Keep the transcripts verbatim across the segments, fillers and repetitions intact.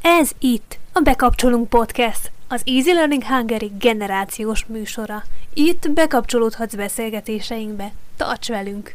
Ez itt a Bekapcsolunk Podcast, az Easy Learning Hungary generációs műsora. Itt bekapcsolódhatsz beszélgetéseinkbe. Tarts velünk!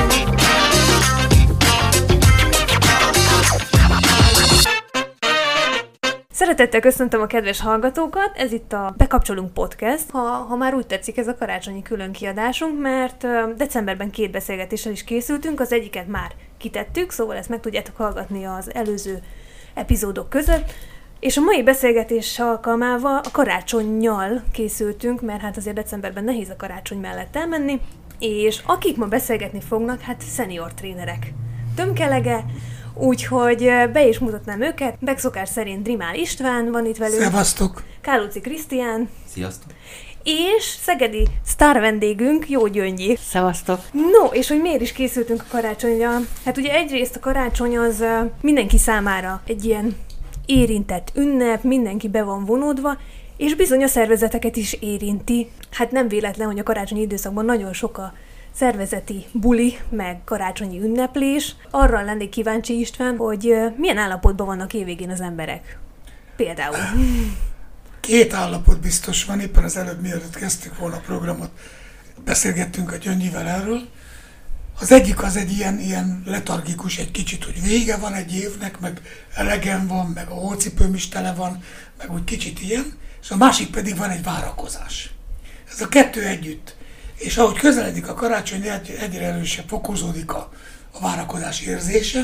Szeretettel köszöntöm a kedves hallgatókat, ez itt a Bekapcsolunk Podcast, ha, ha már úgy tetszik, ez a karácsonyi különkiadásunk, mert decemberben két beszélgetéssel is készültünk, az egyiket már kitettük, szóval ezt meg tudjátok hallgatni az előző epizódok között, és a mai beszélgetés alkalmával a karácsonnyal készültünk, mert hát azért decemberben nehéz a karácsony mellett elmenni, és akik ma beszélgetni fognak, hát senior trénerek tömkelege, úgyhogy be is mutatnám őket. Megszokás szerint Drimál István van itt velünk. Szevasztok! Kálóci Krisztián. Sziasztok! És szegedi sztár vendégünk, Jó Gyöngyi. Szevasztok! No, és hogy miért is készültünk a karácsonyra? Hát ugye egyrészt a karácsony az mindenki számára egy ilyen érintett ünnep, mindenki be van vonódva, és bizony a szervezeteket is érinti. Hát nem véletlen, hogy a karácsonyi időszakban nagyon sok a szervezeti buli, meg karácsonyi ünneplés. Arra lennék kíváncsi, István, hogy milyen állapotban vannak évvégén az emberek. Például. Két állapot biztos van, éppen az előbb, mielőtt kezdtük volna a programot, beszélgettünk a Gyöngyivel erről. Az egyik az egy ilyen, ilyen letargikus egy kicsit, hogy vége van egy évnek, meg elegem van, meg a hócipőm is tele van, meg úgy kicsit ilyen, és a másik pedig van egy várakozás. Ez a kettő együtt. És ahogy közeledik a karácsony, egyre erősebb fokozódik a, a várakozás érzése.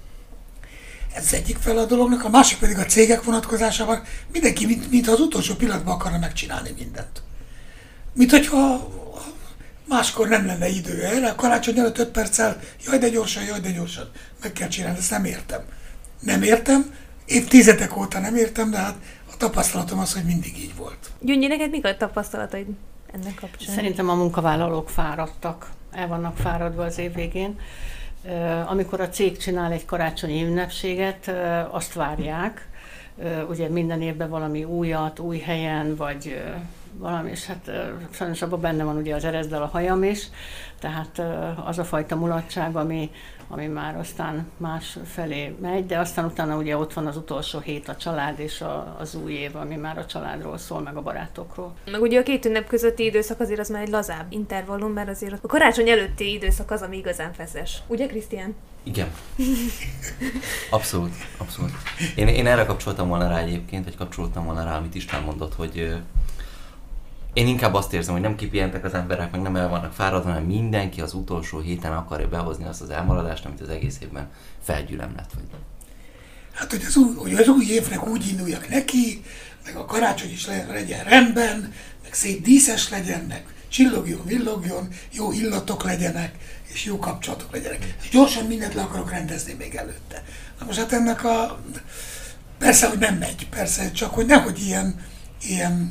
Ez az egyik fel a dolognak, a másik pedig a cégek vonatkozásában mindenki, mint, mint az utolsó pillanatban akarna megcsinálni mindent. Mint hogyha máskor nem lenne idő erre, a karácsony előtt öt perccel, jaj de gyorsan, jaj de gyorsan, meg kell csinálni, ezt nem értem. Nem értem, évtizedek óta nem értem, de hát a tapasztalatom az, hogy mindig így volt. Gyöngyi, neked mik a tapasztalataid ennek kapcsán? Szerintem a munkavállalók fáradtak, el vannak fáradva az év végén. Amikor a cég csinál egy karácsonyi ünnepséget, azt várják, ugye minden évben valami újat, új helyen, vagy valami, és hát sajnos abban benne van ugye az erezdel a hajam is, tehát az a fajta mulatság, ami, ami már aztán más felé megy, de aztán utána ugye ott van az utolsó hét, a család és a, az új év, ami már a családról szól, meg a barátokról. Meg ugye a két ünnep közötti időszak azért az már egy lazább intervallum, mert azért a karácsony előtti időszak az, ami igazán feszes. Ugye, Krisztián? Igen. Abszolút, abszolút. Én, én erre kapcsoltam volna rá egyébként, vagy kapcsolódtam volna rá, amit István mondott, hogy én inkább azt érzem, hogy nem kipihentek az emberek, meg nem el vannak fáradva, hanem mindenki az utolsó héten akarja behozni azt az elmaradást, amit az egész évben felgyűlöm lett. Vagy. Hát, hogy az, új, hogy az új évnek úgy induljak neki, meg a karácsony is legyen rendben, meg szép díszes legyen, meg csillogjon, villogjon, jó illatok legyenek, és jó kapcsolatok legyenek. És gyorsan mindent le akarok rendezni még előtte. Na most hát ennek a... Persze, hogy nem megy, persze, csak hogy nehogy ilyen, ilyen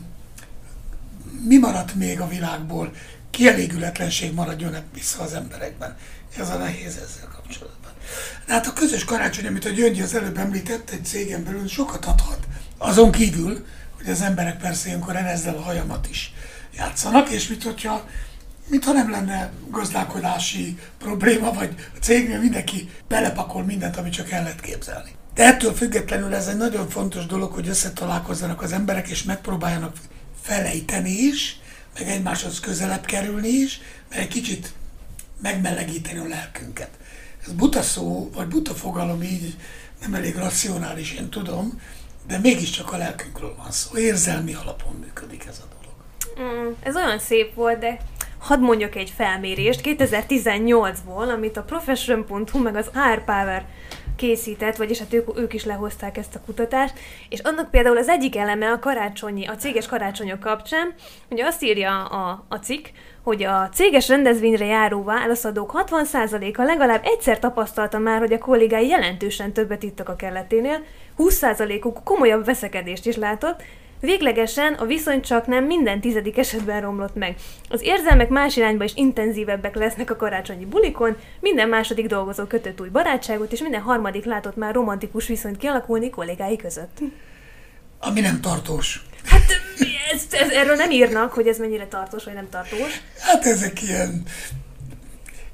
mi maradt még a világból, kielégületlenség maradjon vissza az emberekben. Ez a nehéz ezzel kapcsolatban. De hát a közös karácsony, amit a Gyöngyi az előbb említett, egy cégen belül sokat adhat. Azon kívül, hogy az emberek persze ilyenkor ezzel a hajamat is játszanak, és mit, hogyha, mintha nem lenne gazdálkodási probléma, vagy a cégnél mindenki belepakol mindent, amit csak el lehet képzelni. De ettől függetlenül ez egy nagyon fontos dolog, hogy összetalálkozzanak az emberek, és megpróbáljanak felejteni is, meg egymáshoz közelebb kerülni is, meg egy kicsit megmelegíteni a lelkünket. Ez buta szó, vagy buta fogalom így, nem elég racionális, én tudom, de mégiscsak a lelkünkről van szó. Érzelmi alapon működik ez a dolog. Mm, ez olyan szép volt, de hadd mondjak egy felmérést kétezer-tizennyolcból, amit a profession pont hu meg az há er Power készített, vagyis hát ők, ők is lehozták ezt a kutatást, és annak például az egyik eleme a karácsonyi, a céges karácsonyok kapcsán, ugye azt írja a, a cikk, hogy a céges rendezvényre járó válaszadók hatvan százaléka legalább egyszer tapasztalta már, hogy a kollégái jelentősen többet ittak a kelleténél, húsz százalékuk komolyabb veszekedést is látott, véglegesen a viszony csak nem minden tizedik esetben romlott meg. Az érzelmek más irányba is intenzívebbek lesznek a karácsonyi bulikon, minden második dolgozó kötött új barátságot, és minden harmadik látott már romantikus viszonyt kialakulni kollégái között. Ami nem tartós. Hát ez, ez, erről nem írnak, hogy ez mennyire tartós, vagy nem tartós. Hát ezek ilyen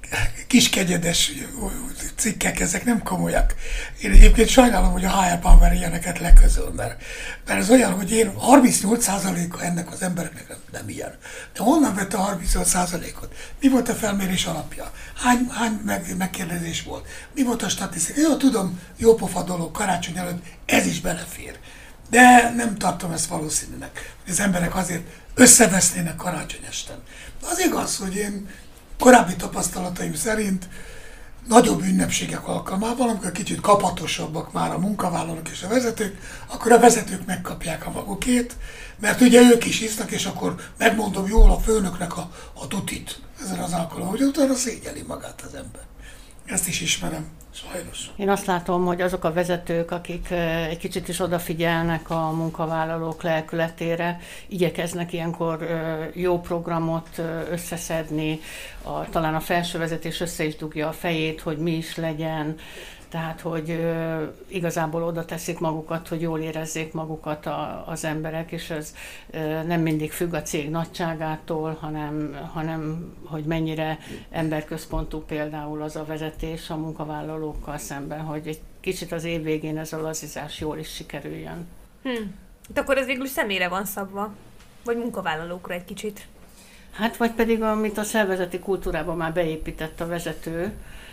kiskegyedes cikkek, ezek nem komolyak. Én egyébként sajnálom, hogy a Higher Power ilyeneket leközöl, mert, mert ez olyan, hogy én harmincnyolc százaléka ennek az embereknek nem, nem ilyen. De honnan vette a harmincnyolc százalékot? Mi volt a felmérés alapja? Hány, hány meg, megkérdezés volt? Mi volt a statisztika? Jó, tudom, jó pofa dolog, karácsony előtt ez is belefér. De nem tartom ezt valószínűnek, hogy az emberek azért összevesznének karácsony esten. De az igaz, hogy én korábbi tapasztalataim szerint nagyobb ünnepségek alkalmával, amikor kicsit kapatosabbak már a munkavállalók és a vezetők, akkor a vezetők megkapják a magukét, mert ugye ők is isznak, és akkor megmondom jól a főnöknek a, a tutit ezen az alkalommal, hogy utána szégyeli magát az ember. Ezt is ismerem, sajnos. Én azt látom, hogy azok a vezetők, akik egy kicsit is odafigyelnek a munkavállalók lelkületére, igyekeznek ilyenkor jó programot összeszedni, a, talán a felső vezetés össze is dugja a fejét, hogy mi is legyen, tehát, hogy ö, igazából oda teszik magukat, hogy jól érezzék magukat a, az emberek, és ez ö, nem mindig függ a cég nagyságától, hanem, hanem hogy mennyire emberközpontú például az a vezetés a munkavállalókkal szemben, hogy egy kicsit az év végén ez a lazizás jól is sikerüljön. Hm. De akkor ez végül személyre van szabva, vagy munkavállalókra egy kicsit? Hát, vagy pedig, amit a szervezeti kultúrában már beépített a vezető,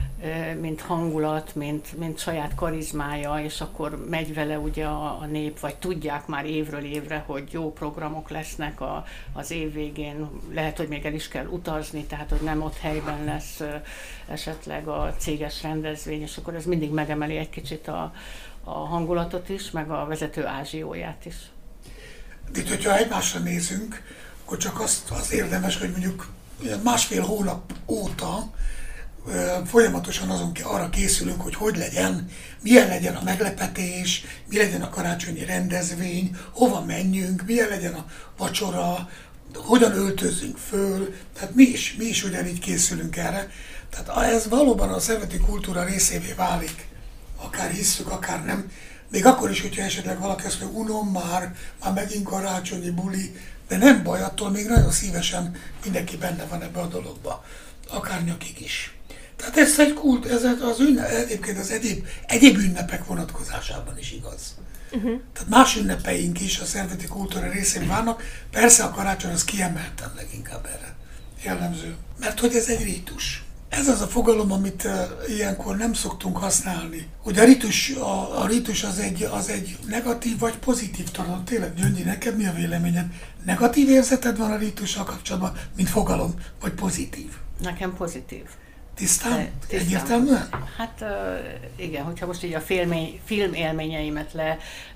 mint hangulat, mint, mint saját karizmája, és akkor megy vele ugye a, a nép, vagy tudják már évről évre, hogy jó programok lesznek a, az év végén, lehet, hogy még el is kell utazni, tehát hogy nem ott helyben lesz esetleg a céges rendezvény, és akkor ez mindig megemeli egy kicsit a, a hangulatot is, meg a vezető ázsióját is. Itt, hogyha egymásra nézünk, akkor csak azt, az érdemes, hogy mondjuk másfél hónap óta folyamatosan azon arra készülünk, hogy hogy legyen, milyen legyen a meglepetés, mi legyen a karácsonyi rendezvény, hova menjünk, milyen legyen a vacsora, hogyan öltözzünk föl, tehát mi is, mi is ugyanígy készülünk erre. Tehát ez valóban a szervezeti kultúra részévé válik, akár hisszük, akár nem. Még akkor is, hogyha esetleg valaki azt mondja, unom már, már megint karácsonyi buli, de nem baj, attól még nagyon szívesen mindenki benne van ebbe a dologba, akár nyakig is. Tehát ez egy kult, ez az ünnep, egyébként az egyéb, egyéb ünnepek vonatkozásában is igaz. Uh-huh. Tehát más ünnepeink is a szervezeti kultúra részén vannak, persze a karácsony az kiemelten leginkább erre jellemző. Mert hogy ez egy rítus. Ez az a fogalom, amit uh, ilyenkor nem szoktunk használni. Hogy a rítus, a, a rítus az, egy, az egy negatív vagy pozitív tartalom. Tényleg, Gyöngyi, neked mi a véleményed? Negatív érzeted van a rítussal kapcsolatban, mint fogalom, vagy pozitív? Nekem pozitív. Tisztán? Egyértelműen? Hát igen, hogyha most így a filmé, film élményeimet le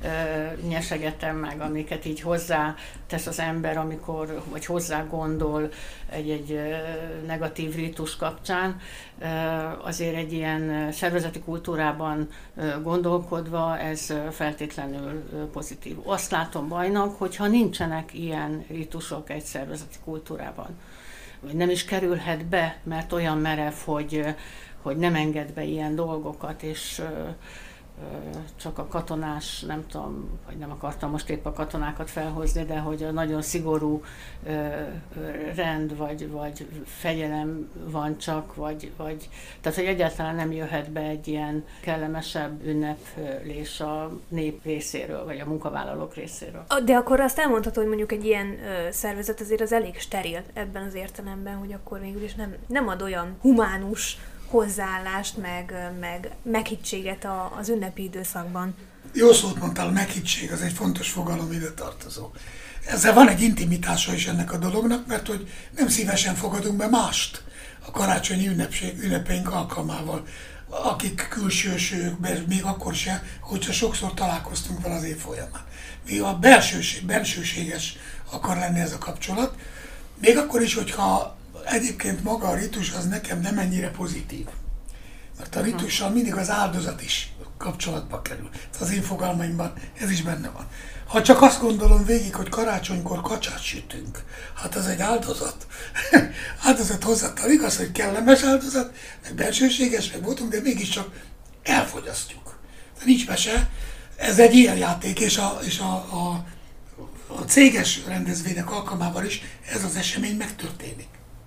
nyesegetem meg, amiket így hozzá tesz az ember, amikor, vagy hozzá gondol egy-egy negatív rítus kapcsán, azért egy ilyen szervezeti kultúrában gondolkodva ez feltétlenül pozitív. Azt látom bajnak, hogyha nincsenek ilyen rítusok egy szervezeti kultúrában, vagy nem is kerülhet be, mert olyan merev, hogy, hogy nem enged be ilyen dolgokat, és csak a katonás, nem tudom, vagy nem akartam most épp a katonákat felhozni, de hogy a nagyon szigorú rend, vagy, vagy fegyelem van csak, vagy, vagy, tehát hogy egyáltalán nem jöhet be egy ilyen kellemesebb ünneplés a nép részéről, vagy a munkavállalók részéről. De akkor azt elmondható, hogy mondjuk egy ilyen ö, szervezet azért az elég steril ebben az értelemben, hogy akkor végül is nem, nem ad olyan humánus hozzáállást, meg, meg meghittséget a, az ünnepi időszakban. Jó szót mondtál, a meghittség az egy fontos fogalom, ide tartozó. Ezzel van egy intimitása is ennek a dolognak, mert hogy nem szívesen fogadunk be mást a karácsonyi ünnepség, ünnepeink alkalmával, akik külsősök, még akkor se, hogyha sokszor találkoztunk vele az év folyamán. Még a belsőség, bensőséges akar lenni ez a kapcsolat, még akkor is, hogyha egyébként maga a ritus az nekem nem ennyire pozitív. Mert a ritussal mindig az áldozat is kapcsolatba kerül. Az én fogalmaimban ez is benne van. Ha csak azt gondolom végig, hogy karácsonykor kacsát sütünk, hát az egy áldozat. áldozat hozzattal, igaz, hogy kellemes áldozat, meg bensőséges, meg voltunk, de mégiscsak elfogyasztjuk. De nincs mese, ez egy ilyen játék, és a, és a, a, a céges rendezvények alkalmával is ez az esemény megtörténik.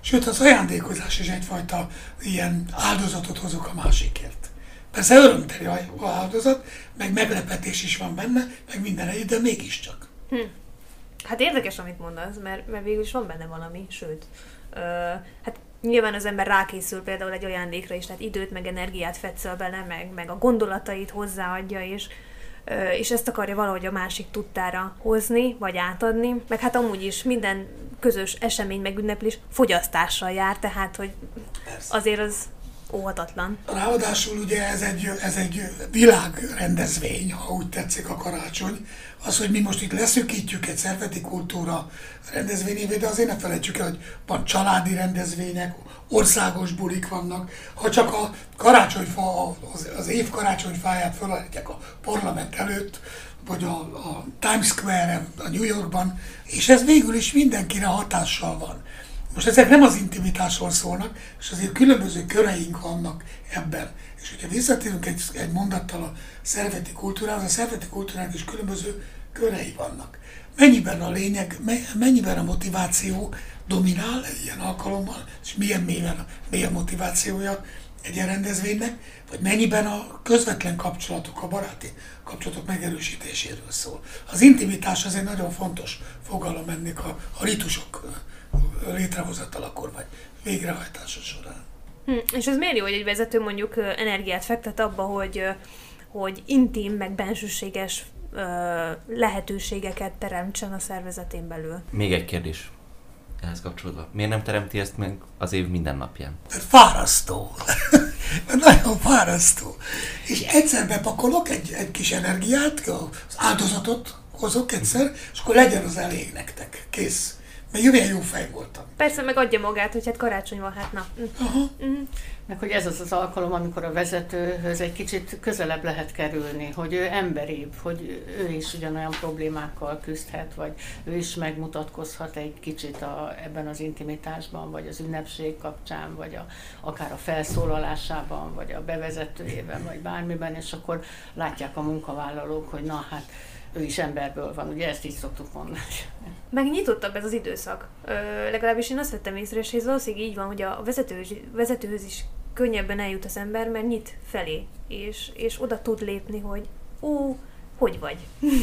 Sőt, az ajándékozás is egyfajta ilyen áldozatot hozok a másikért. Persze örömteli áldozat, meg meglepetés is van benne, meg minden együtt, de mégiscsak. Hm. Hát érdekes, amit mondasz, mert, mert végül is van benne valami, sőt. Ö, hát nyilván az ember rákészül például egy ajándékra is, tehát időt, meg energiát fetszel bele, meg, meg a gondolatait hozzáadja, és, ö, és ezt akarja valahogy a másik tudtára hozni, vagy átadni. Meg hát amúgy is minden közös esemény, meg ünneplés fogyasztással jár, tehát hogy azért az óhatatlan. Ráadásul ugye ez egy, ez egy világrendezvény, ha úgy tetszik a karácsony. Az, hogy mi most itt leszűkítjük egy szervezeti kultúra rendezvényévé, de azért ne felejtsük el, hogy van családi rendezvények, országos bulik vannak. Ha csak a karácsonyfa, az, az év karácsonyfáját felállítják a parlament előtt, vagy a, a Times Square-en, a New Yorkban, és ez végül is mindenkire hatással van. Most ezek nem az intimitásról szólnak, és azért különböző köreink vannak ebben. És hogyha visszatérünk egy, egy mondattal a szervezeti kultúrához, a szervezeti kultúrának is különböző körei vannak. Mennyiben a lényeg, mennyiben a motiváció dominál egy ilyen alkalommal, és milyen mélyen, milyen motivációja egy ilyen rendezvénynek, vagy mennyiben a közvetlen kapcsolatok, a baráti kapcsolatok megerősítéséről szól. Az intimitás az egy nagyon fontos fogalom ennek a, a ritusok létrehozatalakor, vagy végrehajtása során. Hm, és ez miért jó, hogy egy vezető mondjuk energiát fektet abba, hogy, hogy intim, meg bensőséges lehetőségeket teremtsen a szervezetén belül? Még egy kérdés ehhez kapcsolódva. Miért nem teremti ezt meg az év minden napján? Mert fárasztó. Mert nagyon fárasztó. És egyszer bepakolok egy, egy kis energiát, az áldozatot hozok egyszer, és akkor legyen az elég nektek. Kész. Mert jó, jó fej voltam. Persze, meg adja magát, hogy hát karácsony van, hát na. Aha. Uh-huh. Meg hogy ez az az alkalom, amikor a vezetőhöz egy kicsit közelebb lehet kerülni, hogy ő emberibb, hogy ő is ugyanolyan problémákkal küzdhet, vagy ő is megmutatkozhat egy kicsit a, ebben az intimitásban, vagy az ünnepség kapcsán, vagy a, akár a felszólalásában, vagy a bevezetőjében, vagy bármiben, és akkor látják a munkavállalók, hogy na hát, ő is emberből van, ugye ezt így szoktuk mondani. Meg nyitottabb ez az időszak. Ö, legalábbis én azt vettem észre, és ez valószínűleg így van, hogy a vezetőhöz, vezetőhöz is könnyebben eljut az ember, mert nyit felé, és, és oda tud lépni, hogy ó, hogy vagy?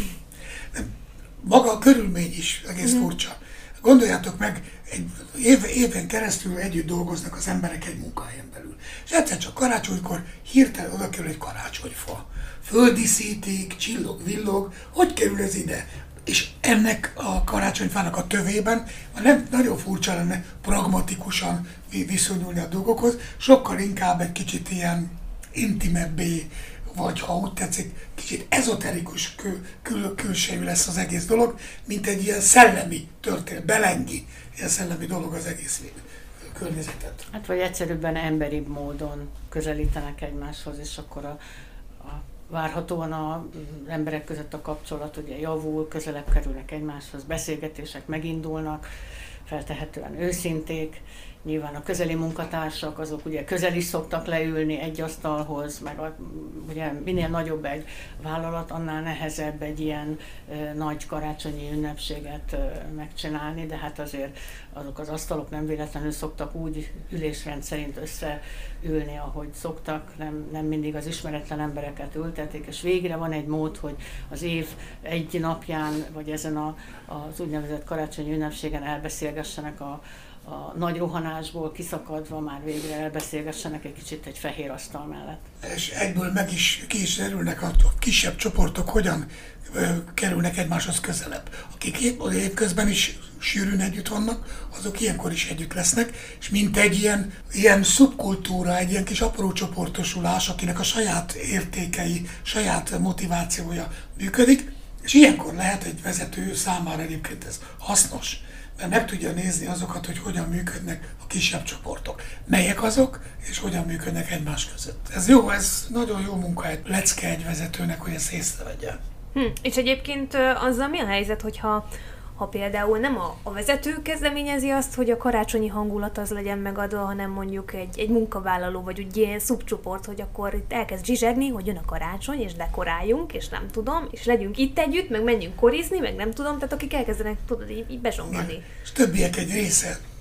Maga a körülmény is egész mm. furcsa. Gondoljátok meg, egy év, éven keresztül együtt dolgoznak az emberek egy munkahelyen belül. És egyszer csak karácsonykor hirtelen oda kerül egy karácsonyfa. Földíszítik, csillog, villog, hogy kerül ez ide? És ennek a karácsonyfának a tövében nem nagyon furcsa lenne pragmatikusan viszonyulni a dolgokhoz, sokkal inkább egy kicsit ilyen intimebbé, vagy ha úgy tetszik, kicsit ezoterikus kül, kül, külsejű lesz az egész dolog, mint egy ilyen szellemi történet, belengi ilyen szellemi dolog az egész környezetet. Hát vagy egyszerűbben emberibb módon közelítenek egymáshoz, és akkor a, a várhatóan az emberek között a kapcsolat ugye javul, közelebb kerülnek egymáshoz, beszélgetések megindulnak, feltehetően őszinték. Nyilván a közeli munkatársak, azok ugye közel is szoktak leülni egy asztalhoz, meg a, ugye minél nagyobb egy vállalat, annál nehezebb egy ilyen e, nagy karácsonyi ünnepséget e, megcsinálni, de hát azért azok az asztalok nem véletlenül szoktak úgy ülésrend szerint összeülni, ahogy szoktak, nem, nem mindig az ismeretlen embereket ültetik, és végre van egy mód, hogy az év egy napján, vagy ezen a, az úgynevezett karácsonyi ünnepségen elbeszélgessenek a a nagy rohanásból kiszakadva már végre elbeszélgessenek egy kicsit egy fehér asztal mellett. És egyből meg is ki is derülnek a kisebb csoportok, hogyan ö, kerülnek egymáshoz közelebb. Akik évközben is sűrűn együtt vannak, azok ilyenkor is együtt lesznek, és mint egy ilyen, ilyen szubkultúra, egy ilyen kis apró csoportosulás, akinek a saját értékei, saját motivációja működik, és ilyenkor lehet egy vezető számára egyébként ez hasznos, mert meg tudja nézni azokat, hogy hogyan működnek a kisebb csoportok. Melyek azok, és hogyan működnek egymás között. Ez jó, ez nagyon jó munka, egy lecke egy vezetőnek, hogy ezt észrevegye. Hm. És egyébként azzal mi a helyzet, hogyha ha például nem a, a vezető kezdeményezi azt, hogy a karácsonyi hangulat az legyen megadva, hanem mondjuk egy, egy munkavállaló, vagy egy ilyen szubcsoport, hogy akkor itt elkezd zsizsegni, hogy jön a karácsony, és dekoráljunk, és nem tudom, és legyünk itt együtt, meg menjünk korizni, meg nem tudom, tehát akik elkezdenek, tudod, így, így bezsongani. És többiek egy része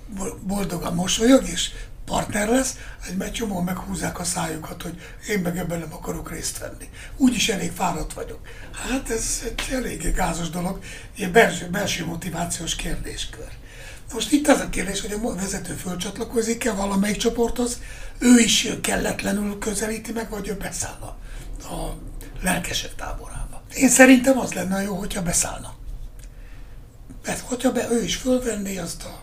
boldogan mosolyog, és partner lesz, egy csomó meghúzzák a szájukat, hogy én meg ebben nem akarok részt venni. Úgyis elég fáradt vagyok. Hát ez egy eléggé gázos dolog, ilyen belső, belső motivációs kérdéskör. Most itt az a kérdés, hogy a vezető fölcsatlakozik-e valamelyik csoporthoz, ő is kelletlenül közelíti meg, vagy ő beszállna a lelkesek táborába. Én szerintem az lenne jó, hogyha beszállna. Mert hogyha be, ő is fölvenné azt a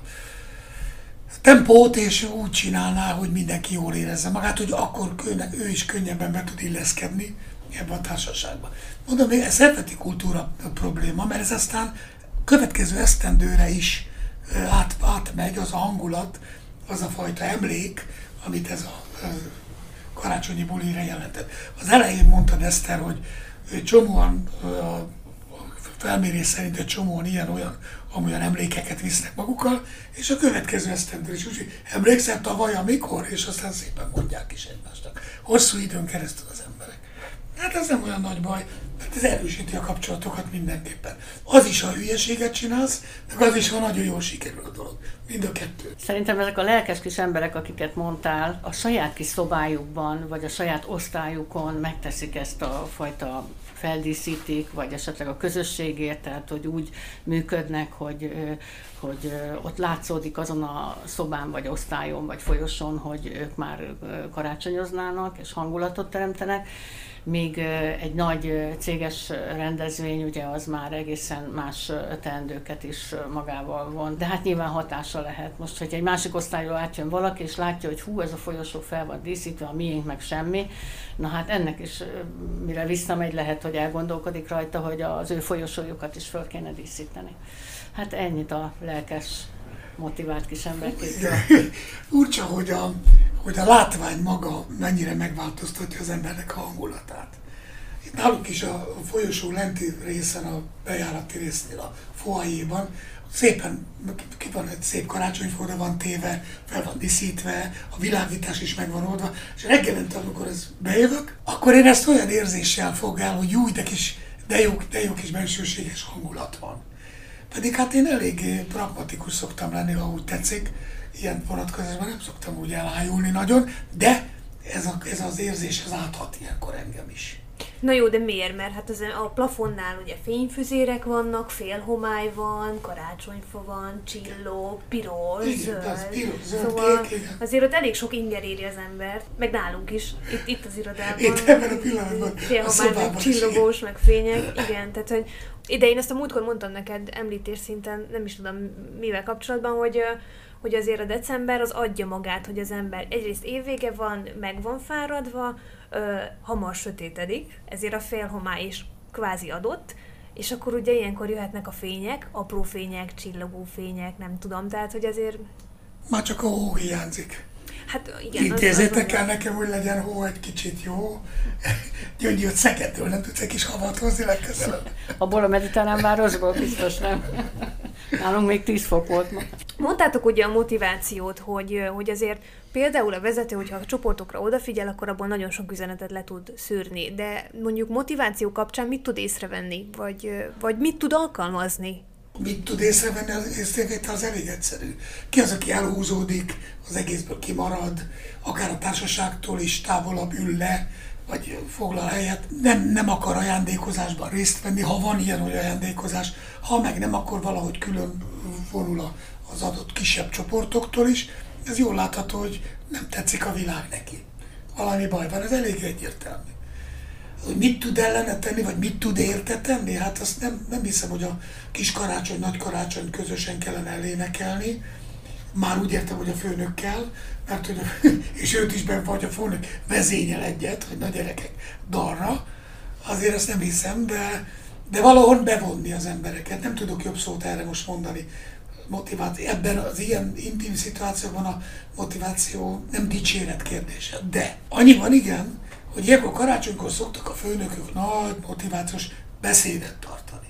tempót, és úgy csinálná, hogy mindenki jól érezze magát, hogy akkor könnek, ő is könnyebben be tud illeszkedni ebbe a társaságba. Mondom, ez szervezeti kultúra probléma, mert ez aztán következő esztendőre is át, átmegy az a hangulat, az a fajta emlék, amit ez a, a karácsonyi bulira jelentett. Az elején mondtad, Eszter, hogy csomóan, a felmérés szerint egy csomóan ilyen-olyan amolyan emlékeket visznek magukkal, és a következő esztendő is úgy, hogy emlékszel tavaly, amikor, és aztán szépen mondják is egymásnak. Hosszú időn keresztül az emberek. Hát ez nem olyan nagy baj, mert ez erősíti a kapcsolatokat mindenképpen. Az is, ha hülyeséget csinálsz, meg az is, ha nagyon jól sikerül a dolog. Mind a kettő. Szerintem ezek a lelkes kis emberek, akiket mondtál, a saját kis szobájukban, vagy a saját osztályukon megteszik ezt a fajta feldíszítik, vagy esetleg a közösségért, tehát hogy úgy működnek, hogy, hogy ott látszódik azon a szobán, vagy osztályon, vagy folyosón, hogy ők már karácsonyoznának, és hangulatot teremtenek, míg egy nagy céges rendezvény, ugye az már egészen más teendőket is magával von, de hát nyilván hatása lehet. Most, hogy egy másik osztályról átjön valaki, és látja, hogy hú, ez a folyosó fel van díszítve, a miénk meg semmi, na hát ennek is, mire visszamegy, lehet, hogy elgondolkodik rajta, hogy az ő folyosójukat is föl kéne díszíteni. Hát ennyit a lelkes, motivált kis emberkézzel. Furcsa, hogy a, hogy a látvány maga mennyire megváltoztatja az embernek a hangulatát. Itt nálunk is a folyosó lenti részen, a bejárati résznél, a foajéban, szépen, ki van egy szép karácsonyfóra van téve, fel van díszítve, a világítás is meg van oldva, és reggelente, amikor ez bejövök, akkor én ezt olyan érzéssel fogál, hogy jó, de kis, de jó, de jó kis bensőséges hangulat van. Pedig hát én eléggé pragmatikus szoktam lenni, ha úgy tetszik, ilyen vonatkozásban nem szoktam úgy elájulni nagyon, de ez, a, ez az érzés az áthat ilyenkor engem is. Na jó, de miért? Mert hát az, a plafonnál ugye fényfüzérek vannak, félhomály van, karácsonyfa van, csillog, piros, igen, zöld. Piros, zöld, szóval kék, igen. azért ott elég sok inger éri az embert, meg nálunk is, itt, itt az irodában. Itt ebben a pillanatban, félhomály, meg csillogós, meg fények, igen, tehát hogy ide én ezt a múltkor mondtam neked említés szinten, nem is tudom mivel kapcsolatban, hogy hogy azért a december az adja magát, hogy az ember egyrészt évvége van, meg van fáradva, ö, hamar sötétedik, ezért a félhomály is kvázi adott, és akkor ugye ilyenkor jöhetnek a fények, apró fények, csillogó fények, nem tudom, tehát hogy azért... Már csak a hó hiányzik. Hát igen. Intézzétek el nekem, hogy legyen hó egy kicsit jó. Gyöngyöt Szegedről nem tudsz egy kis havat hozni legközelebb. Abból a mediterrán városból biztos nem. Nálunk még tíz fok volt ma. Mondtátok ugye a motivációt, hogy, hogy azért például a vezető, hogyha a csoportokra odafigyel, akkor abból nagyon sok üzenetet le tud szűrni. De mondjuk motiváció kapcsán mit tud észrevenni? Vagy, vagy mit tud alkalmazni? Mit tud észrevenni, az észrevétel az elég egyszerű. Ki az, aki elhúzódik, az egészből kimarad, akár a társaságtól is távolabb ül le, vagy foglal helyet, nem, nem akar ajándékozásban részt venni, ha van ilyen olyan ajándékozás, ha meg nem, akkor valahogy külön vonul az adott kisebb csoportoktól is. Ez jól látható, hogy nem tetszik a világ neki. Valami baj van, ez elég egyértelmű. Hogy mit tud ellene tenni, vagy mit tud érte tenni, hát azt nem, nem hiszem, hogy a kis karácsony, nagy karácsony közösen kellene elénekelni. Már úgy értem, hogy a főnökkel, mert hogy a, és őt is benne vagy a főnök vezényel egyet, hogy na gyerekek, dalra. Azért ezt nem hiszem, de, de valahol bevonni az embereket. Nem tudok jobb szót erre most mondani. Motiváció. Ebben az ilyen intim szituációban a motiváció nem dicséret kérdése. De annyi van, igen, hogy ilyenkor karácsonykor szoktak a főnökök nagy motivációs beszédet tartani.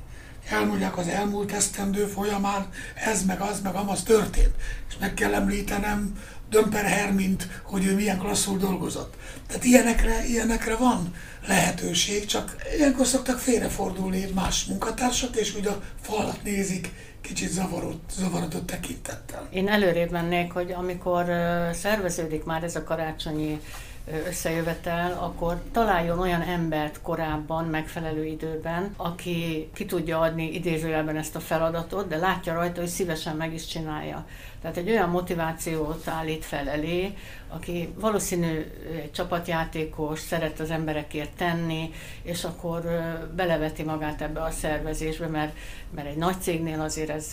elmondják az elmúlt esztendő folyamán, ez meg az meg amaz történt. És meg kell említenem Dömper Hermint, hogy ő milyen klasszul dolgozott. Tehát ilyenekre, ilyenekre van lehetőség, csak ilyenkor szoktak félrefordulni más munkatársak, és úgy a falat nézik kicsit zavarott, zavarodott tekintettel. Én előrébb mennék, hogy amikor szerveződik már ez a karácsonyi összejövetel, akkor találjon olyan embert korábban, megfelelő időben, aki ki tudja adni idézőjelben ezt a feladatot, de látja rajta, hogy szívesen meg is csinálja. Tehát egy olyan motivációt állít fel elé, aki valószínű egy csapatjátékos, szeret az emberekért tenni, és akkor beleveti magát ebbe a szervezésbe, mert, mert egy nagy cégnél azért ez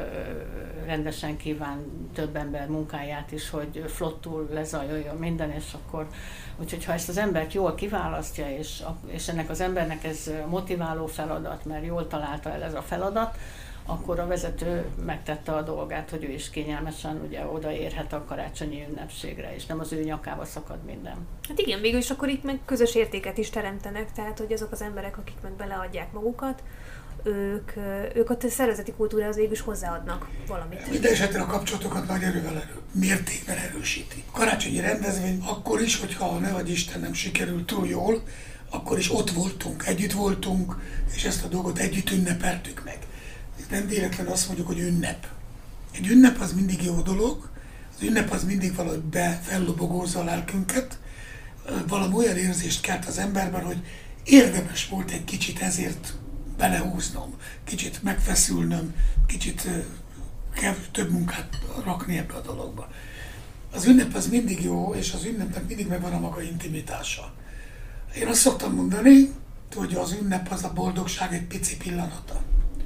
rendesen kíván több ember munkáját is, hogy flottul lezajoljon minden, és akkor úgyhogy ha ezt az embert jól kiválasztja, és, és ennek az embernek ez motiváló feladat, mert jól találta el ez a feladat, akkor a vezető megtette a dolgát, hogy ő is kényelmesen ugye odaérhet a karácsonyi ünnepségre, és nem az ő nyakába szakad minden. Hát igen, végül is akkor itt meg közös értéket is teremtenek, tehát hogy azok az emberek, akik meg beleadják magukat, ők, ők a szervezeti kultúrához végül is hozzáadnak valamit. Minden esetre a kapcsolatokat nagy erővel erő, mértékben erősíti. A karácsonyi rendezvény akkor is, hogyha ne vagy Isten nem sikerült túl jól, akkor is ott voltunk, együtt voltunk, és ezt a dolgot együtt ünnepeltük meg. Nem véletlenül azt mondjuk, hogy ünnep. Egy ünnep az mindig jó dolog, az ünnep az mindig valahogy befellobogózza a lelkünket, valami olyan érzést kelt az emberben, hogy érdemes volt egy kicsit ezért belehúznom, kicsit megfeszülnöm, kicsit több munkát rakni ebbe a dologba. Az ünnep az mindig jó, és az ünnepnek mindig megvan a maga intimitása. Én azt szoktam mondani, hogy az ünnep az a boldogság egy pici pillanata.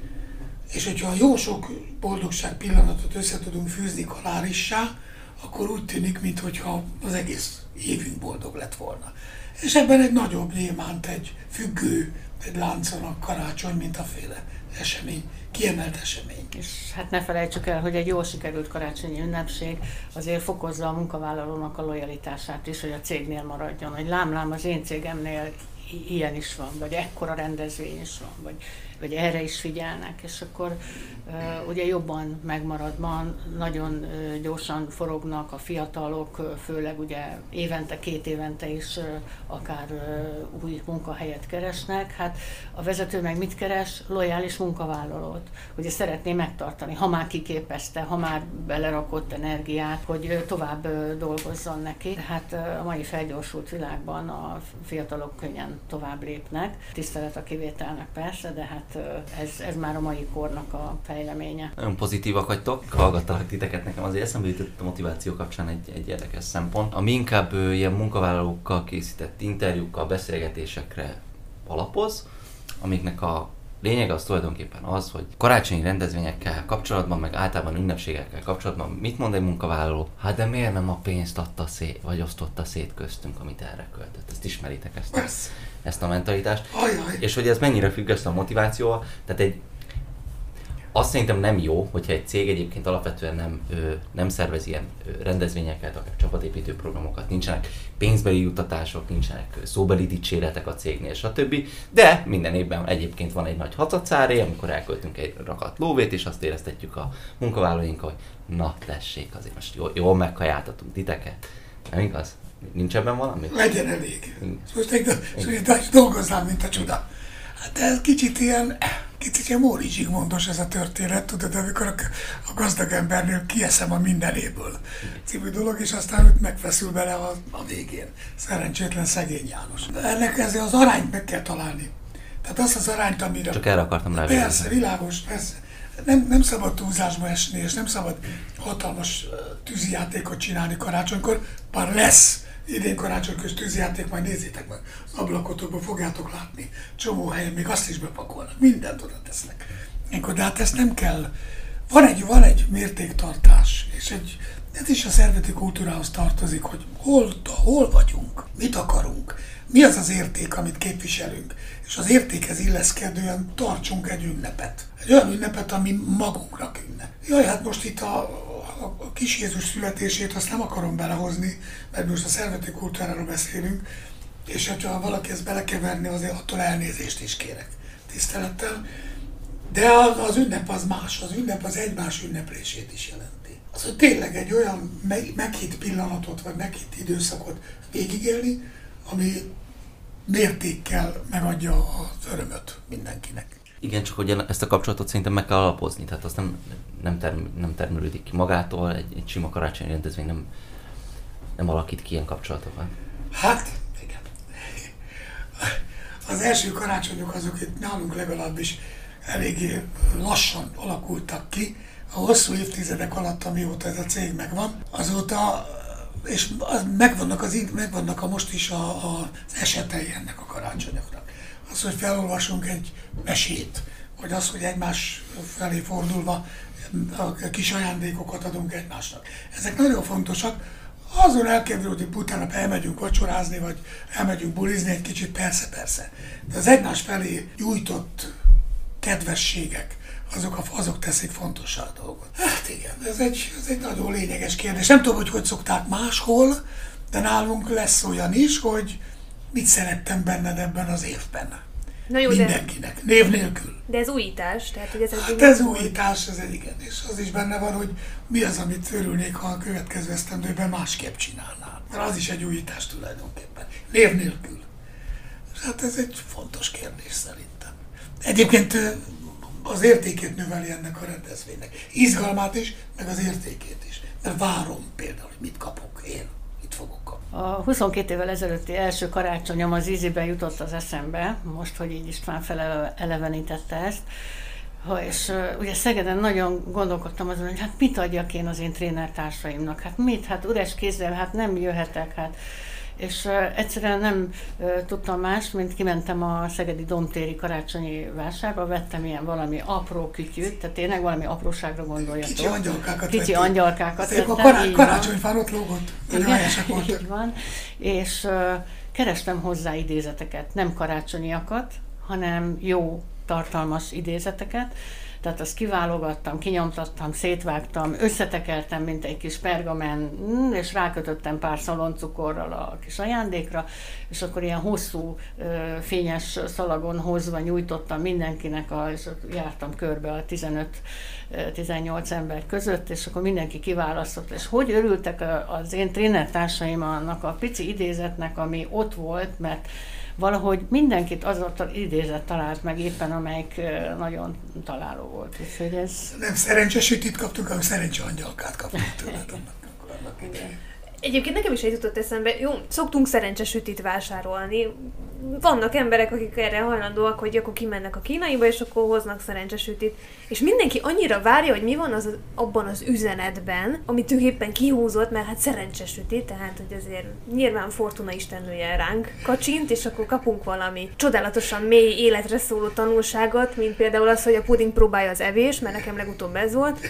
És hogyha jó sok boldogság pillanatot össze tudunk fűzni kalárissá, akkor úgy tűnik, mintha az egész évünk boldog lett volna. És ebben egy nagyobb gyémánt, egy függő, egy láncon a karácsony, mint a féle esemény, kiemelt esemény. És hát ne felejtsük el, hogy egy jól sikerült karácsonyi ünnepség azért fokozza a munkavállalónak a lojalitását is, hogy a cégnél maradjon, hogy lám-lám az én cégemnél ilyen is van, vagy ekkora rendezvény is van, vagy, vagy erre is figyelnek, és akkor uh, ugye jobban megmarad ma, nagyon uh, gyorsan forognak a fiatalok, uh, főleg ugye évente, két évente is uh, akár uh, új munkahelyet keresnek. Hát a vezető meg mit keres? Lojális munkavállalót. Ugye szeretné megtartani, ha már kiképezte, ha már belerakott energiát, hogy uh, tovább uh, dolgozzon neki. Hát uh, a mai felgyorsult világban a fiatalok könnyen tovább lépnek. Tisztelet a kivételnek persze, de hát ez, ez már a mai kornak a fejleménye. Nagyon pozitívak vagytok, hallgattalak titeket, nekem azért eszembe jutott a motiváció kapcsán egy, egy érdekes szempont, ami inkább ilyen munkavállalókkal készített interjúkkal, beszélgetésekre alapoz, amiknek a lényeg az tulajdonképpen az, hogy karácsonyi rendezvényekkel kapcsolatban, meg általában ünnepségekkel kapcsolatban mit mond egy munkavállaló? Hát de miért nem a pénzt adta szét, vagy osztotta szét köztünk, amit erre költött? Ezt ismeritek, ezt a, ezt a mentalitást. Ajaj. És hogy ez mennyire függ össze a motivációval. Tehát egy, azt szerintem nem jó, hogyha egy cég egyébként alapvetően nem, ö, nem szervez ilyen ö, rendezvényeket, akár csapatépítő programokat, nincsenek pénzbeli juttatások, nincsenek szóbeli dicséretek a cégnél, stb. De minden évben egyébként van egy nagy hatacáré, amikor elköltünk egy rakat lóvét, és azt éreztetjük a munkavállalóink, hogy na tessék, azért most jól, jól megkajáltatunk titeket. Nem igaz? Nincs ebben valami? Legyen elég. Most egy dolgozzál, mint a csuda. Hát ez kicsit ilyen, kicsit ilyen Móri Zsigmondos ez a történet, tudod, amikor a, a gazdag embernél kieszem a mindenéből című dolog, és aztán őt megfeszül bele a, a végén. Szerencsétlen szegény János. De ennek ezzel az arányt meg kell találni. Tehát azt az arányt, amire... Csak erre akartam rá. Persze, világos, persze. Nem, nem szabad túlzásba esni, és nem szabad hatalmas tűzijátékot csinálni karácsonykor, bár lesz idén karácsonykor tűzijáték, majd nézzétek meg, az ablakotokban fogjátok látni, csomó helyen még azt is bepakolnak, mindent oda tesznek. Ilyenkor, de hát ezt nem kell. Van egy, van egy mértéktartás, és egy, ez is a szervezeti kultúrához tartozik, hogy hol, hol vagyunk, mit akarunk, mi az az érték, amit képviselünk, és az értékhez illeszkedően tartsunk egy ünnepet. Egy olyan ünnepet, ami magunknak ünnep. Jaj, hát most itt a, a, a kis Jézus születését azt nem akarom belehozni, mert most a szervezeti kultúráról beszélünk, és hogyha valaki ezt belekeverni, azért attól elnézést is kérek. Tisztelettel. De az, az ünnep az más, az ünnep az egymás ünneplését is jelenti. Az, hogy tényleg egy olyan meghitt pillanatot, vagy meghitt időszakot végigélni, ami mértékkel megadja az örömöt mindenkinek. Igen, csak hogy ezt a kapcsolatot szerintem meg kell alapozni, tehát azt nem, nem, term, nem termelődik ki magától, egy, egy sima karácsonyi rendezvény nem, nem alakít ki ilyen kapcsolatokat. Hát, igen. Az első karácsonyok azok itt nálunk legalábbis eléggé lassan alakultak ki. A hosszú évtizedek alatt, amióta ez a cég megvan, azóta, és az megvannak, az, megvannak a most is a, a, az esetei ennek a karácsonyoknak. Az, hogy felolvasunk egy mesét, vagy az, hogy egymás felé fordulva a kis ajándékokat adunk egymásnak. Ezek nagyon fontosak. Azon elkerül, hogy utána elmegyünk vacsorázni, vagy elmegyünk bulizni egy kicsit, persze-persze. De az egymás felé nyújtott kedvességek, azok, azok teszik fontossá a dolgot. Hát igen, ez egy, ez egy nagyon lényeges kérdés. Nem tudom, hogy hogy szokták máshol, de nálunk lesz olyan is, hogy mit szerettem benned ebben az évben. Na jó, mindenkinek, de, név nélkül. De ez újítás, tehát hogy ez hát ez újítás, ez egy igen, és az is benne van, hogy mi az, amit örülnék, ha a következő esztendőben másképp csinálnál. Mert az is egy újítás tulajdonképpen, név nélkül. És hát ez egy fontos kérdés szerintem. Egyébként az értékét növeli ennek a rendezvénynek. Izgalmát is, meg az értékét is. Mert várom például, hogy mit kapok én. A huszonkét évvel ezelőtti első karácsonyom az íziben jutott az eszembe, most, hogy így István felelevenítette ezt. Ha, és uh, ugye Szegeden nagyon gondolkodtam azon, hogy hát mit adjak én az én trénertársaimnak, hát mit, hát üres kézzel, hát nem jöhetek, hát. És uh, egyszerűen nem uh, tudtam más, mint kimentem a szegedi Domtéri karácsonyi vásárba, vettem ilyen valami apró kütyűt, tehát tényleg valami apróságra gondoljatok. Kicsi angyalkákat Kicsi vettem. angyalkákat Szép vettem. A kará- karácsonyfán ott lógott. Igen, így van. És uh, kerestem hozzá idézeteket, nem karácsonyiakat, hanem jó, tartalmas idézeteket. Tehát azt kiválogattam, kinyomtattam, szétvágtam, összetekertem, mint egy kis pergamen, és rákötöttem pár szaloncukorral a kis ajándékra, és akkor ilyen hosszú, fényes szalagon hozva nyújtottam mindenkinek, a, és jártam körbe a tizenöt-tizennyolc ember között, és akkor mindenki kiválasztott, és hogy örültek az én trénertársaim annak a pici idézetnek, ami ott volt, mert valahogy mindenkit az ott az idézet talált meg éppen, amelyik nagyon találó volt. Úgyhogy ez... Nem szerencsesütit kaptunk, hanem szerencseangyalkát kaptunk tőled. Egyébként nekem is egy jutott eszembe, jó, szoktunk szerencsesütit vásárolni. Vannak emberek, akik erre hajlandóak, hogy akkor kimennek a kínaiba, és akkor hoznak szerencsesütit. És mindenki annyira várja, hogy mi van az, abban az üzenetben, amit ő éppen kihúzott, mert hát szerencsesüti, tehát hogy azért nyilván Fortuna istennője ránk kacsint, és akkor kapunk valami csodálatosan mély életre szóló tanulságot, mint például az, hogy a puding próbálja az evés, mert nekem legutóbb ez volt.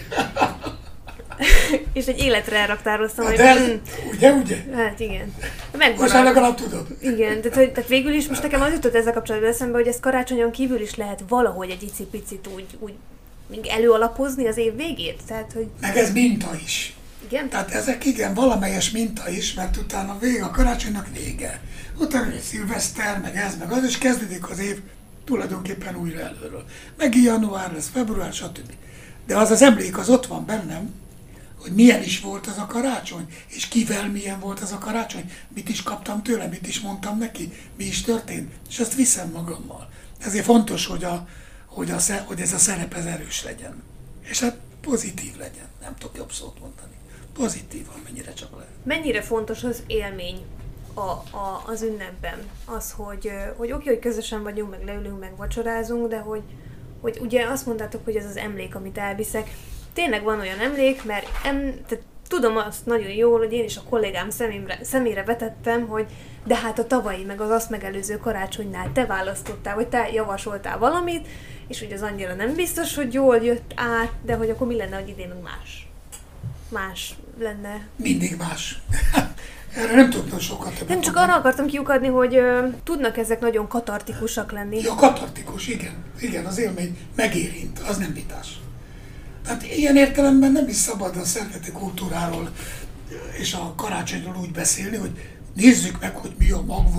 És egy életre elraktároztam, hogy... De mm, ugye, ugye? Hát igen. Most már legalább tudod. Igen, tehát, hogy, tehát végül is most nekem az jutott ezzel kapcsolatban eszembe, hogy ezt karácsonyon kívül is lehet valahogy egy icipicit úgy, úgy előalapozni az év végét. Tehát, hogy... Meg ez minta is. Igen? Tehát ezek igen, valamelyes minta is, mert utána vége, a karácsonynak vége. Utána egy szilveszter, meg ez, meg az, és kezdődik az év tulajdonképpen újra előről. Meg január lesz, február, stb. De az az emlék, az ott van bennem, hogy milyen is volt az a karácsony, és kivel milyen volt az a karácsony, mit is kaptam tőle, mit is mondtam neki, mi is történt, és azt viszem magammal. Ezért fontos, hogy, a, hogy, a, hogy ez a szerep ez erős legyen. És hát pozitív legyen, nem tudok jobb szót mondani. Pozitív, amennyire csak lehet. Mennyire fontos az élmény a, a, az ünnepben? Az, hogy, hogy oké, hogy közösen vagyunk, meg leülünk, meg vacsorázunk, de hogy, hogy ugye azt mondtátok, hogy ez az emlék, amit elviszek. Tényleg van olyan emlék, mert em, tehát tudom azt nagyon jól, hogy én is a kollégám szemémre, szemére vetettem, hogy de hát a tavalyi, meg az azt megelőző karácsonynál te választottál, vagy te javasoltál valamit, és hogy az annyira nem biztos, hogy jól jött át, de hogy akkor mi lenne, hogy idén más? Más lenne. Mindig más. Erre nem tudtam sokat többet. Nem csak arra akartam kiukadni, hogy ö, tudnak ezek nagyon katartikusak lenni. Ja, katartikus, igen. Igen, az élmény megérint, az nem vitás. Tehát ilyen értelemben nem is szabad a szervezeti kultúráról és a karácsonyról úgy beszélni, hogy nézzük meg, hogy mi a magva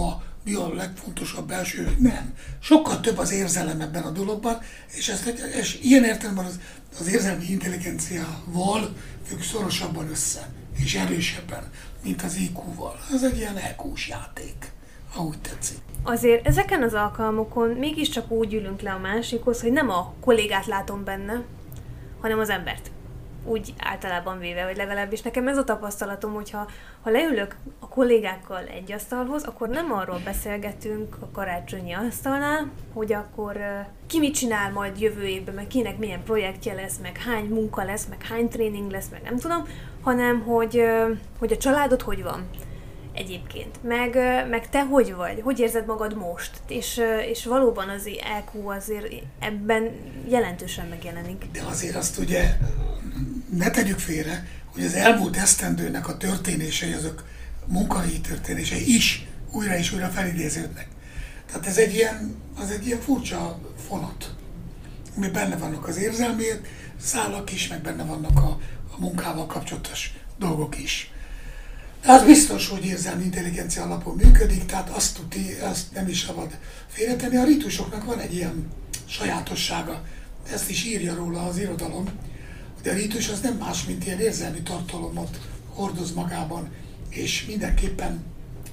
mi a legfontosabb belső, nem. Sokkal több az érzelem ebben a dologban, és, ezt, és ilyen értelemben az, az érzelmi intelligenciával függ szorosabban össze, és erősebben, mint az í kú-val. Ez egy ilyen é kús játék, ha úgy tetszik. Azért ezeken az alkalmokon mégiscsak úgy ülünk le a másikhoz, hogy nem a kollégát látom benne, hanem az embert. Úgy általában véve, vagy legalábbis nekem ez a tapasztalatom, hogyha ha leülök a kollégákkal egy asztalhoz, akkor nem arról beszélgetünk a karácsonyi asztalnál, hogy akkor uh, ki mit csinál majd jövő évben, meg kinek milyen projektje lesz, meg hány munka lesz, meg hány tréning lesz, meg nem tudom, hanem hogy, uh, hogy a családod hogy van egyébként, meg, uh, meg te hogy vagy, hogy érzed magad most, és, uh, és valóban az é kú azért ebben jelentősen megjelenik. De azért azt ugye ne tegyük félre, hogy az elmúlt esztendőnek a történései, azok munkahelyi történései is újra és újra felidéződnek. Tehát ez egy ilyen, az egy ilyen furcsa fonat, ami benne vannak az érzelmi szálak is, meg benne vannak a, a munkával kapcsolatos dolgok is. De az biztos, hogy érzelmi intelligencia alapon működik, tehát azt, tuti, azt nem is szabad félretenni. A ritusoknak van egy ilyen sajátossága, ezt is írja róla az irodalom, de a rítus az nem más, mint ilyen érzelmi tartalomot hordoz magában, és mindenképpen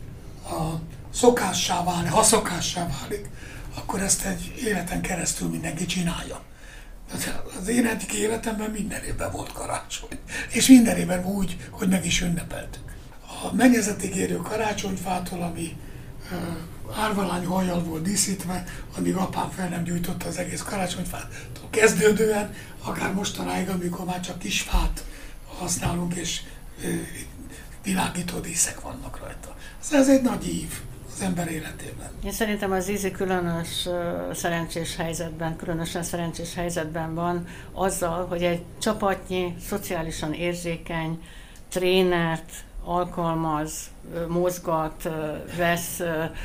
a szokássá válik, ha szokássá válik, akkor ezt egy életen keresztül mindenki csinálja. Az én egyik életemben minden évben volt karácsony, és minden évben úgy, hogy meg is ünnepeltük. A mennyezetig érő karácsonyfától, ami uh, árvalány hajjal volt díszítve, amíg apám fel nem gyújtotta az egész karácsonyfától kezdődően, akár mostanáig, amikor már csak kis fát használunk, és uh, világító díszek vannak rajta. Ez egy nagy ív az ember életében. Én szerintem az ízi különös uh, szerencsés helyzetben, különösen szerencsés helyzetben van azzal, hogy egy csapatnyi, szociálisan érzékeny trénert alkalmaz, mozgat, vesz,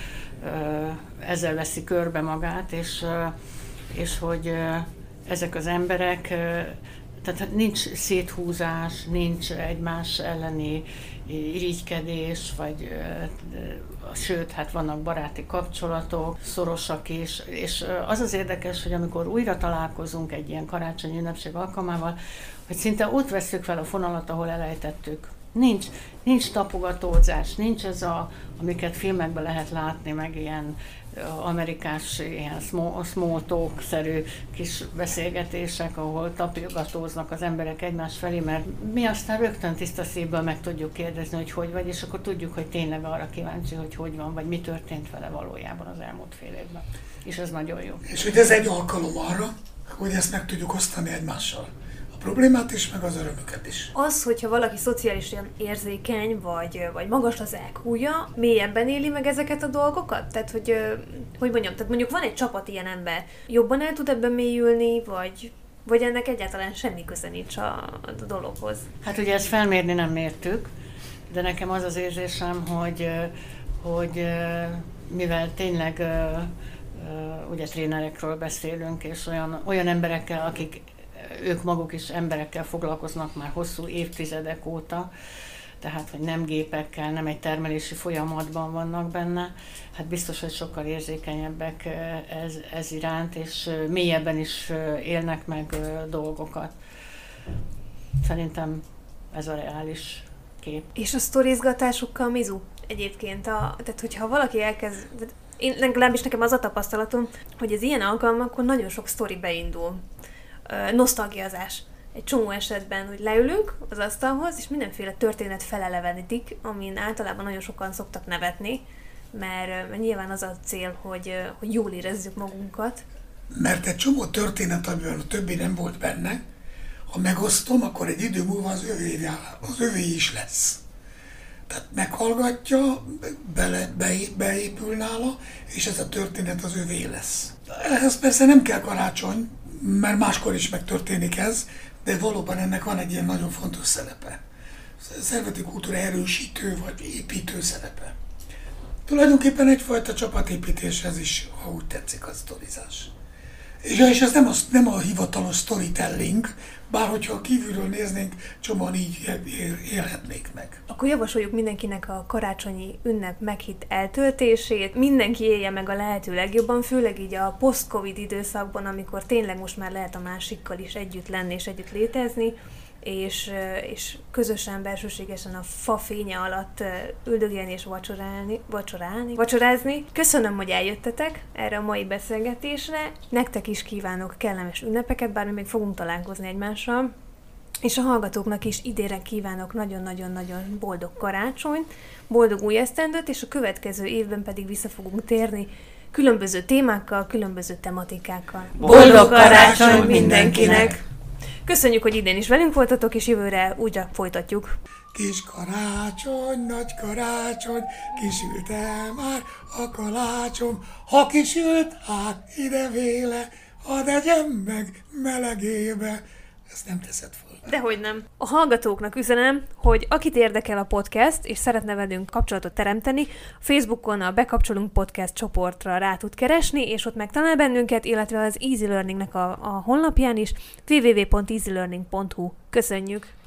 ezzel veszi körbe magát, és, és hogy ezek az emberek, tehát nincs széthúzás, nincs egymás elleni irigykedés, vagy sőt, hát vannak baráti kapcsolatok, szorosak is, és az az érdekes, hogy amikor újra találkozunk egy ilyen karácsonyi ünnepség alkalmával, hogy szinte ott vesszük fel a fonalat, ahol elejtettük. Nincs, nincs tapogatózás, nincs ez a, amiket filmekben lehet látni, meg ilyen amerikás, ilyen small, small talk-szerű kis beszélgetések, ahol tapogatóznak az emberek egymás felé, mert mi aztán rögtön tiszta szívből meg tudjuk kérdezni, hogy hogy vagy, és akkor tudjuk, hogy tényleg arra kíváncsi, hogy hogy van, vagy mi történt vele valójában az elmúlt fél évben. És ez nagyon jó. És hogy ez egy alkalom arra, hogy ezt meg tudjuk osztani egymással. Problémát is, meg az örömöket is. Az, hogyha valaki szociálisan érzékeny, vagy, vagy magas az é kúja, mélyebben éli meg ezeket a dolgokat? Tehát, hogy, hogy mondjam, tehát mondjuk van egy csapat ilyen ember, jobban el tud ebben mélyülni, vagy, vagy ennek egyáltalán semmi köze nincs a, a dologhoz? Hát ugye ezt felmérni nem mértük, de nekem az az érzésem, hogy, hogy mivel tényleg ugye trénerekről beszélünk, és olyan, olyan emberekkel, akik ők maguk is emberekkel foglalkoznak már hosszú évtizedek óta, tehát, hogy nem gépekkel, nem egy termelési folyamatban vannak benne, hát biztos, hogy sokkal érzékenyebbek ez, ez iránt, és mélyebben is élnek meg dolgokat. Szerintem ez a reális kép. És a sztorizgatásukkal mizu egyébként? A, tehát, hogyha valaki elkezd... Én, legalábbis nekem az a tapasztalatom, hogy az ilyen alkalmakon nagyon sok sztori beindul. Nosztalgiázás. Egy csomó esetben, hogy leülünk az asztalhoz, és mindenféle történet felelevenítik, amin általában nagyon sokan szoktak nevetni, mert, mert nyilván az a cél, hogy, hogy jól érezzük magunkat. Mert egy csomó történet, amivel a többi nem volt benne, ha megosztom, akkor egy idő múlva az övé, az övé is lesz. Tehát meghallgatja, bele, beépül nála, és ez a történet az övé lesz. Ehhez persze nem kell karácsony, mert máskor is megtörténik ez, de valóban ennek van egy ilyen nagyon fontos szerepe. Szervezeti kultúra erősítő vagy építő szerepe. Tulajdonképpen egyfajta csapatépítéshez is, ha úgy tetszik, a sztorizás. És, és ez nem a, nem a hivatalos storytelling, bár hogyha kívülről néznénk, csomóan így élhetnék meg. Akkor javasoljuk mindenkinek a karácsonyi ünnep meghitt eltöltését, mindenki élje meg a lehető legjobban, főleg így a post-covid időszakban, amikor tényleg most már lehet a másikkal is együtt lenni és együtt létezni, és, és közösen, belsőségesen a fa fénye alatt üldögélni és vacsorálni, vacsorálni, vacsorázni. Köszönöm, hogy eljöttetek erre a mai beszélgetésre. Nektek is kívánok kellemes ünnepeket, bár mi még fogunk találkozni egymással. És a hallgatóknak is idénre kívánok nagyon-nagyon-nagyon boldog karácsonyt, boldog új esztendőt, és a következő évben pedig vissza fogunk térni különböző témákkal, különböző tematikákkal. Boldog karácsony mindenkinek! Köszönjük, hogy idén is velünk voltatok, és jövőre úgy folytatjuk. Kis karácsony, nagy karácsony, kisült-e már a kalácsom, ha kisült, hát ide véle, hadd egyem meg melegébe. Ezt nem teszed föl. Dehogy nem. A hallgatóknak üzenem, hogy akit érdekel a podcast, és szeretne velünk kapcsolatot teremteni, Facebookon a Bekapcsolunk Podcast csoportra rá tud keresni, és ott megtalál bennünket, illetve az Easy Learningnek a, a honlapján is, double-u double-u double-u pont easy learning pont hu. Köszönjük!